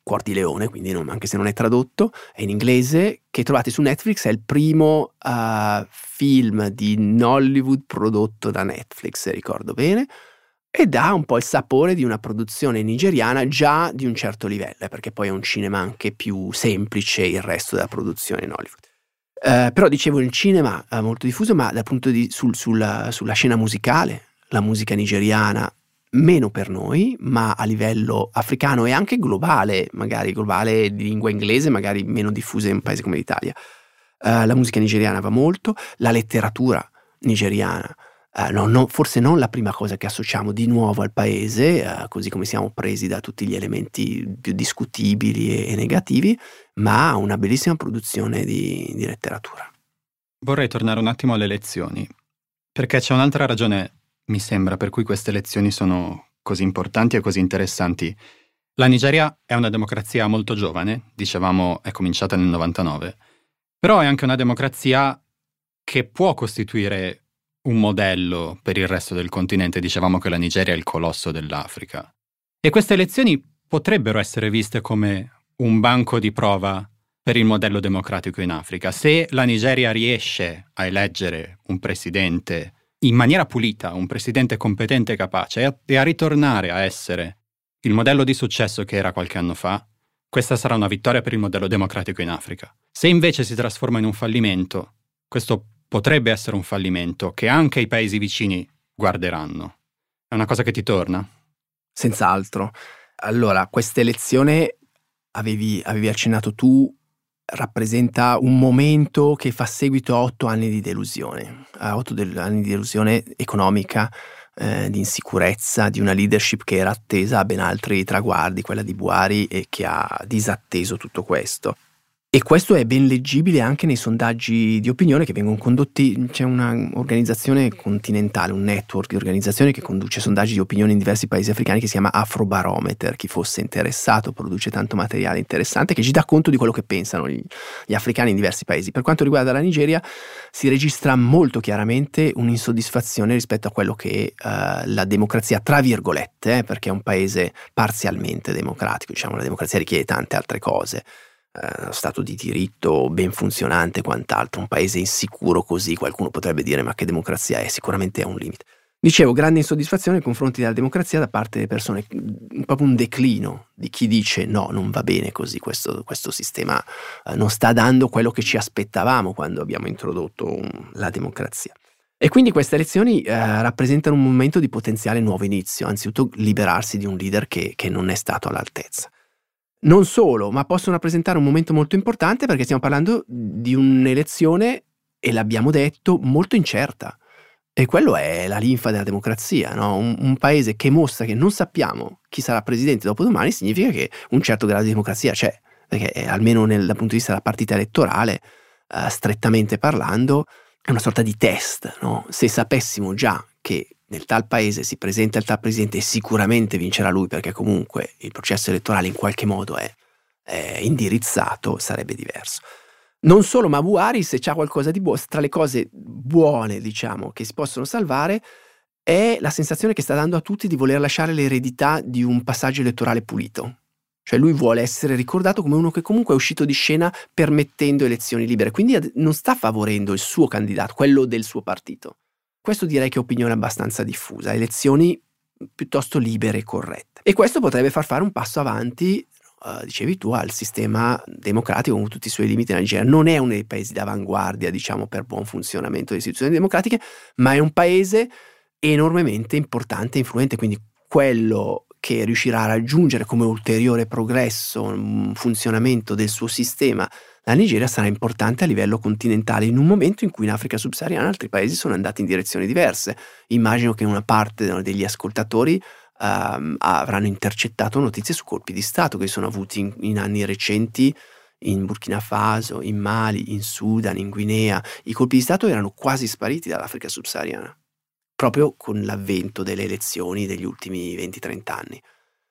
Cuor di Leone, quindi non, anche se non è tradotto, è in inglese, che trovate su Netflix, è il primo uh, film di Nollywood prodotto da Netflix, se ricordo bene, e dà un po' il sapore di una produzione nigeriana già di un certo livello, perché poi è un cinema anche più semplice il resto della produzione Nollywood. Uh, però dicevo il cinema uh, molto diffuso, ma dal punto di sul, sulla, sulla scena musicale, la musica nigeriana meno per noi, ma a livello africano e anche globale, magari globale di lingua inglese, magari meno diffusa in un paese come l'Italia. Uh, la musica nigeriana va molto, la letteratura nigeriana, uh, no, no, forse non la prima cosa che associamo di nuovo al paese, uh, così come siamo presi da tutti gli elementi più discutibili e, e negativi, ma una bellissima produzione di, di letteratura. Vorrei tornare un attimo alle elezioni, perché c'è un'altra ragione, mi sembra, per cui queste elezioni sono così importanti e così interessanti. La Nigeria è una democrazia molto giovane, dicevamo è cominciata nel novantanove, però è anche una democrazia che può costituire un modello per il resto del continente. Dicevamo che la Nigeria è il colosso dell'Africa. E queste elezioni potrebbero essere viste come un banco di prova per il modello democratico in Africa. Se la Nigeria riesce a eleggere un presidente in maniera pulita, un presidente competente e capace, e a, e a ritornare a essere il modello di successo che era qualche anno fa, questa sarà una vittoria per il modello democratico in Africa. Se invece si trasforma in un fallimento, questo potrebbe essere un fallimento che anche i paesi vicini guarderanno. È una cosa che ti torna? Senz'altro. Allora, questa elezione, avevi, avevi accennato tu, rappresenta un momento che fa seguito a otto anni di delusione, a otto del, anni di delusione economica, eh, di insicurezza, di una leadership che era attesa a ben altri traguardi, quella di Buhari, e che ha disatteso tutto questo. E questo è ben leggibile anche nei sondaggi di opinione che vengono condotti. C'è un'organizzazione continentale, un network di organizzazioni che conduce sondaggi di opinione in diversi paesi africani che si chiama Afrobarometer. Chi fosse interessato, produce tanto materiale interessante che ci dà conto di quello che pensano gli, gli africani in diversi paesi. Per quanto riguarda la Nigeria, si registra molto chiaramente un'insoddisfazione rispetto a quello che è uh, la democrazia, tra virgolette, eh, perché è un paese parzialmente democratico. Diciamo, la democrazia richiede tante altre cose. Uh, stato di diritto ben funzionante e quant'altro. Un paese insicuro così, qualcuno potrebbe dire ma che democrazia è? Sicuramente è un limite. Dicevo, grande insoddisfazione nei confronti della democrazia da parte delle persone, proprio un declino di chi dice no, non va bene così, questo, questo sistema uh, non sta dando quello che ci aspettavamo quando abbiamo introdotto un, la democrazia. E quindi queste elezioni uh, rappresentano un momento di potenziale nuovo inizio, anzitutto liberarsi di un leader che, che non è stato all'altezza. Non solo, ma possono rappresentare un momento molto importante perché stiamo parlando di un'elezione, e l'abbiamo detto, molto incerta. E quello è la linfa della democrazia, no? Un, un paese che mostra che non sappiamo chi sarà presidente dopodomani significa che un certo grado di democrazia c'è, perché è, almeno nel, dal punto di vista della partita elettorale, uh, strettamente parlando, è una sorta di test, no? Se sapessimo già che nel tal paese si presenta il tal presidente e sicuramente vincerà lui perché comunque il processo elettorale in qualche modo è, è indirizzato, sarebbe diverso. Non solo, ma Buhari, se c'ha qualcosa di buono, tra le cose buone, diciamo, che si possono salvare, è la sensazione che sta dando a tutti di voler lasciare l'eredità di un passaggio elettorale pulito. Cioè lui vuole essere ricordato come uno che comunque è uscito di scena permettendo elezioni libere, quindi non sta favorendo il suo candidato, quello del suo partito. Questo direi che è opinione abbastanza diffusa, elezioni piuttosto libere e corrette. E questo potrebbe far fare un passo avanti, uh, dicevi tu, al sistema democratico con tutti i suoi limiti. La Nigeria non è uno dei paesi d'avanguardia, diciamo, per buon funzionamento delle istituzioni democratiche, ma è un paese enormemente importante e influente, quindi quello che riuscirà a raggiungere come ulteriore progresso un funzionamento del suo sistema la Nigeria sarà importante a livello continentale in un momento in cui in Africa subsahariana altri paesi sono andati in direzioni diverse. Immagino che una parte degli ascoltatori um, avranno intercettato notizie su colpi di Stato che sono avuti in, in anni recenti in Burkina Faso, in Mali, in Sudan, in Guinea. I colpi di Stato erano quasi spariti dall'Africa subsahariana, proprio con l'avvento delle elezioni degli ultimi venti trenta anni.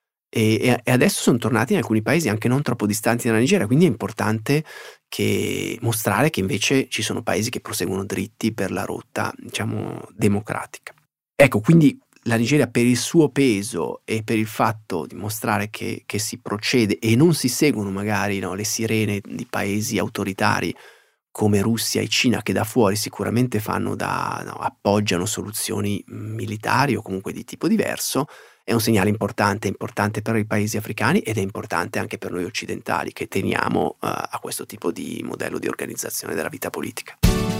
E, e adesso sono tornati in alcuni paesi anche non troppo distanti dalla Nigeria, quindi è importante che mostrare che invece ci sono paesi che proseguono dritti per la rotta, diciamo, democratica. Ecco, quindi la Nigeria, per il suo peso e per il fatto di mostrare che, che si procede e non si seguono magari, no, le sirene di paesi autoritari come Russia e Cina, che da fuori sicuramente fanno da, no, appoggiano soluzioni militari o comunque di tipo diverso, è un segnale importante, importante per i paesi africani ed è importante anche per noi occidentali che teniamo uh, a questo tipo di modello di organizzazione della vita politica.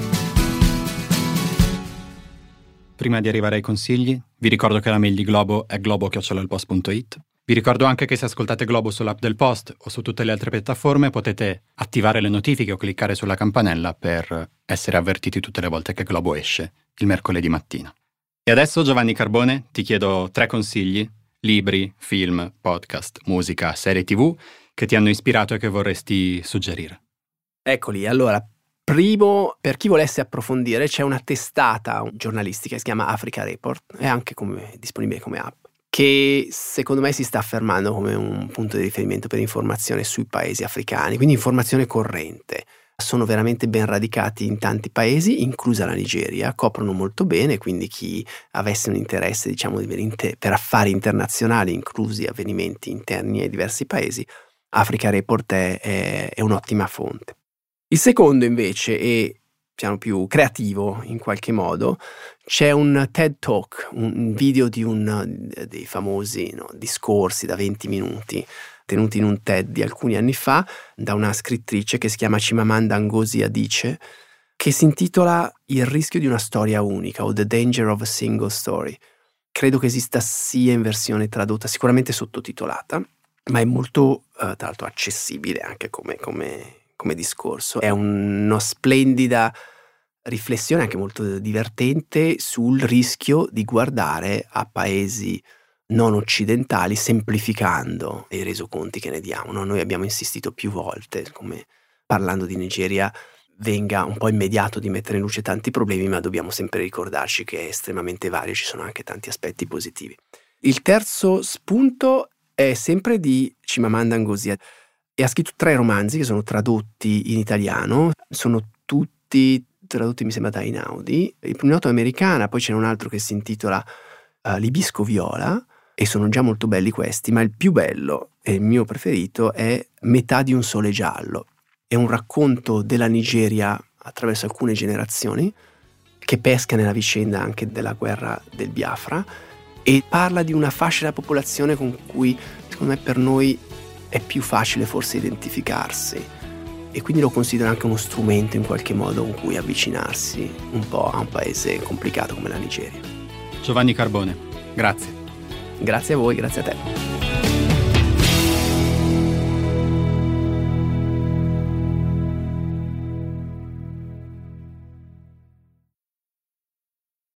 Prima di arrivare ai consigli, vi ricordo che la mail di Globo è globo chiocciola il post punto it. Vi ricordo anche che se ascoltate Globo sull'app del Post o su tutte le altre piattaforme potete attivare le notifiche o cliccare sulla campanella per essere avvertiti tutte le volte che Globo esce il mercoledì mattina. E adesso, Giovanni Carbone, ti chiedo tre consigli, libri, film, podcast, musica, serie tivù, che ti hanno ispirato e che vorresti suggerire. Eccoli, allora, primo, per chi volesse approfondire, c'è una testata giornalistica che si chiama Africa Report, è anche come, disponibile come app, che secondo me si sta affermando come un punto di riferimento per informazione sui paesi africani, quindi informazione corrente. Sono veramente ben radicati in tanti paesi, inclusa la Nigeria, coprono molto bene, quindi chi avesse un interesse, diciamo, per affari internazionali, inclusi avvenimenti interni ai diversi paesi, Africa Report è, è, è un'ottima fonte. Il secondo invece, e diciamo più creativo in qualche modo, c'è un TED Talk, un video di un dei famosi, no, discorsi da venti minuti tenuti in un TED di alcuni anni fa da una scrittrice che si chiama Chimamanda Ngozi Adichie, che si intitola Il rischio di una storia unica o The Danger of a Single Story. Credo che esista sia in versione tradotta, sicuramente sottotitolata, ma è molto uh, tra l'altro accessibile anche come, come, come discorso. È una splendida riflessione, anche molto divertente, sul rischio di guardare a paesi non occidentali semplificando i resoconti che ne diamo, no? Noi abbiamo insistito più volte, come parlando di Nigeria venga un po' immediato di mettere in luce tanti problemi, ma dobbiamo sempre ricordarci che è estremamente vario, ci sono anche tanti aspetti positivi. Il terzo spunto è sempre di Chimamanda Ngozi e ha scritto tre romanzi che sono tradotti in italiano, sono tutti tradotti mi sembra da Einaudi. Il Primoto è americana, poi c'è un altro che si intitola uh, L'ibisco viola, e sono già molto belli questi, ma il più bello e il mio preferito è Metà di un sole giallo. È un racconto della Nigeria attraverso alcune generazioni che pesca nella vicenda anche della guerra del Biafra e parla di una fascia della popolazione con cui secondo me per noi è più facile forse identificarsi e quindi lo considero anche uno strumento in qualche modo con cui avvicinarsi un po' a un paese complicato come la Nigeria. Giovanni Carbone, grazie. Grazie a voi, grazie a te.